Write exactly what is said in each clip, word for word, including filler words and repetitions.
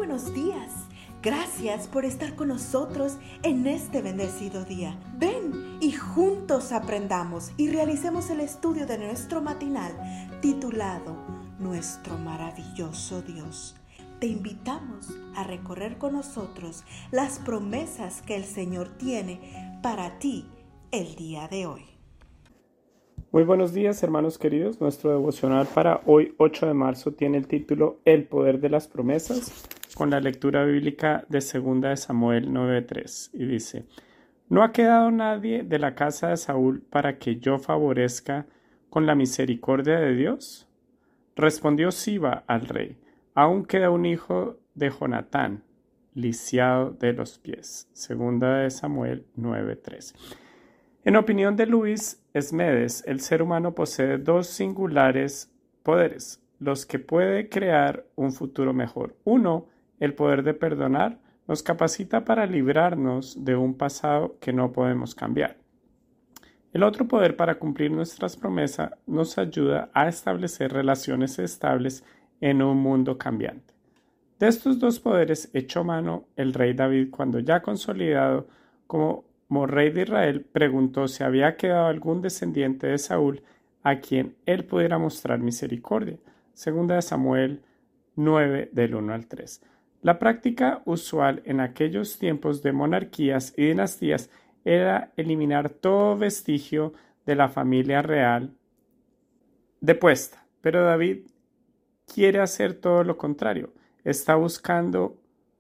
buenos días. Gracias por estar con nosotros en este bendecido día. Ven y juntos aprendamos y realicemos el estudio de nuestro matinal titulado Nuestro maravilloso Dios. Te invitamos a recorrer con nosotros las promesas que el Señor tiene para ti el día de hoy. Muy buenos días, hermanos queridos. Nuestro devocional para hoy, ocho de marzo, tiene el título El poder de las promesas, con la lectura bíblica de segunda de Samuel nueve tres, y dice: ¿No ha quedado nadie de la casa de Saúl para que yo favorezca con la misericordia de Dios? Respondió Siba al rey: aún queda un hijo de Jonatán, lisiado de los pies. Segunda de Samuel nueve tres. En opinión de Luis Esmedes, el ser humano posee dos singulares poderes, los que puede crear un futuro mejor. Uno, el poder de perdonar, nos capacita para librarnos de un pasado que no podemos cambiar. El otro poder, para cumplir nuestras promesas, nos ayuda a establecer relaciones estables en un mundo cambiante. De estos dos poderes echó mano el rey David cuando, ya consolidado como Como rey de Israel, preguntó si había quedado algún descendiente de Saúl a quien él pudiera mostrar misericordia. Segunda de Samuel nueve, del uno al tres. La práctica usual en aquellos tiempos de monarquías y dinastías era eliminar todo vestigio de la familia real depuesta. Pero David quiere hacer todo lo contrario. Está buscando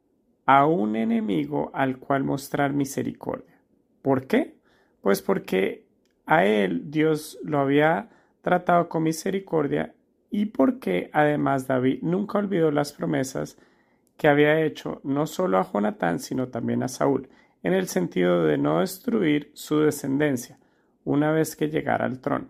a un enemigo al cual mostrar misericordia. ¿Por qué? Pues porque a él Dios lo había tratado con misericordia y porque además David nunca olvidó las promesas que había hecho no solo a Jonatán sino también a Saúl, en el sentido de no destruir su descendencia una vez que llegara al trono.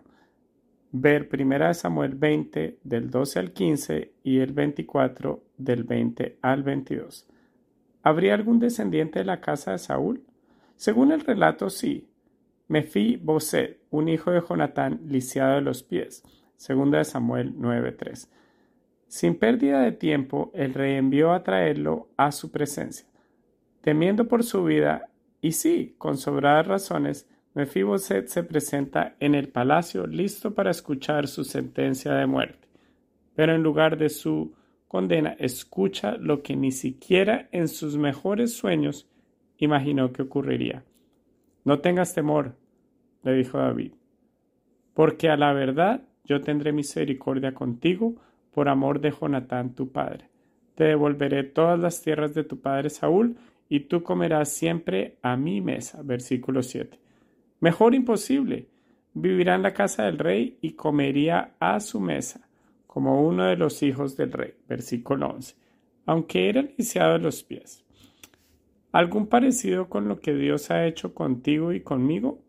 Ver primera de Samuel veinte, del doce al quince y el veinticuatro, del veinte al veintidós. ¿Habría algún descendiente de la casa de Saúl? Según el relato, sí. Mefí-Boset, un hijo de Jonatán, lisiado de los pies. Segunda de Samuel nueve tres. Sin pérdida de tiempo, el rey envió a traerlo a su presencia. Temiendo por su vida, y sí, con sobradas razones, Mefí-Boset se presenta en el palacio listo para escuchar su sentencia de muerte. Pero en lugar de su condena, escucha lo que ni siquiera en sus mejores sueños imaginó que ocurriría. No tengas temor, le dijo David, porque a la verdad yo tendré misericordia contigo por amor de Jonatán tu padre. Te devolveré todas las tierras de tu padre Saúl y tú comerás siempre a mi mesa. Versículo siete. Mejor imposible. Vivirá en la casa del rey y comería a su mesa, como uno de los hijos del rey. Versículo once. Aunque era lisiado de los pies. ¿Algún parecido con lo que Dios ha hecho contigo y conmigo?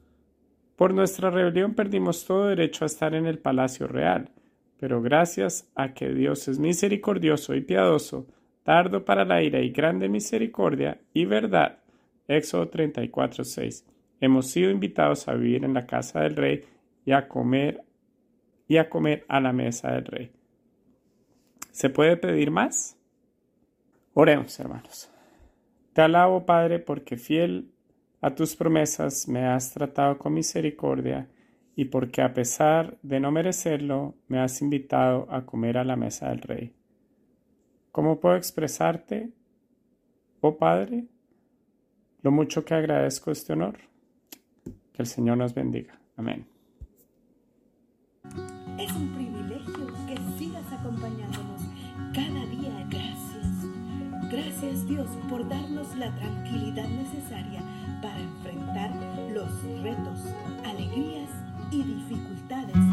Por nuestra rebelión perdimos todo derecho a estar en el palacio real, pero gracias a que Dios es misericordioso y piadoso, tardo para la ira y grande misericordia y verdad, Éxodo treinta y cuatro seis, hemos sido invitados a vivir en la casa del rey y a comer y a comer a la mesa del rey. ¿Se puede pedir más? Oremos, hermanos. Te alabo, Padre, porque fiel a tus promesas me has tratado con misericordia y porque a pesar de no merecerlo me has invitado a comer a la mesa del Rey. ¿Cómo puedo expresarte, oh Padre, lo mucho que agradezco este honor? Que el Señor nos bendiga. Amén. Es un privilegio que sigas acompañándonos cada día. Gracias. Gracias, Dios, por darnos la tranquilidad necesaria para enfrentar los retos, alegrías y dificultades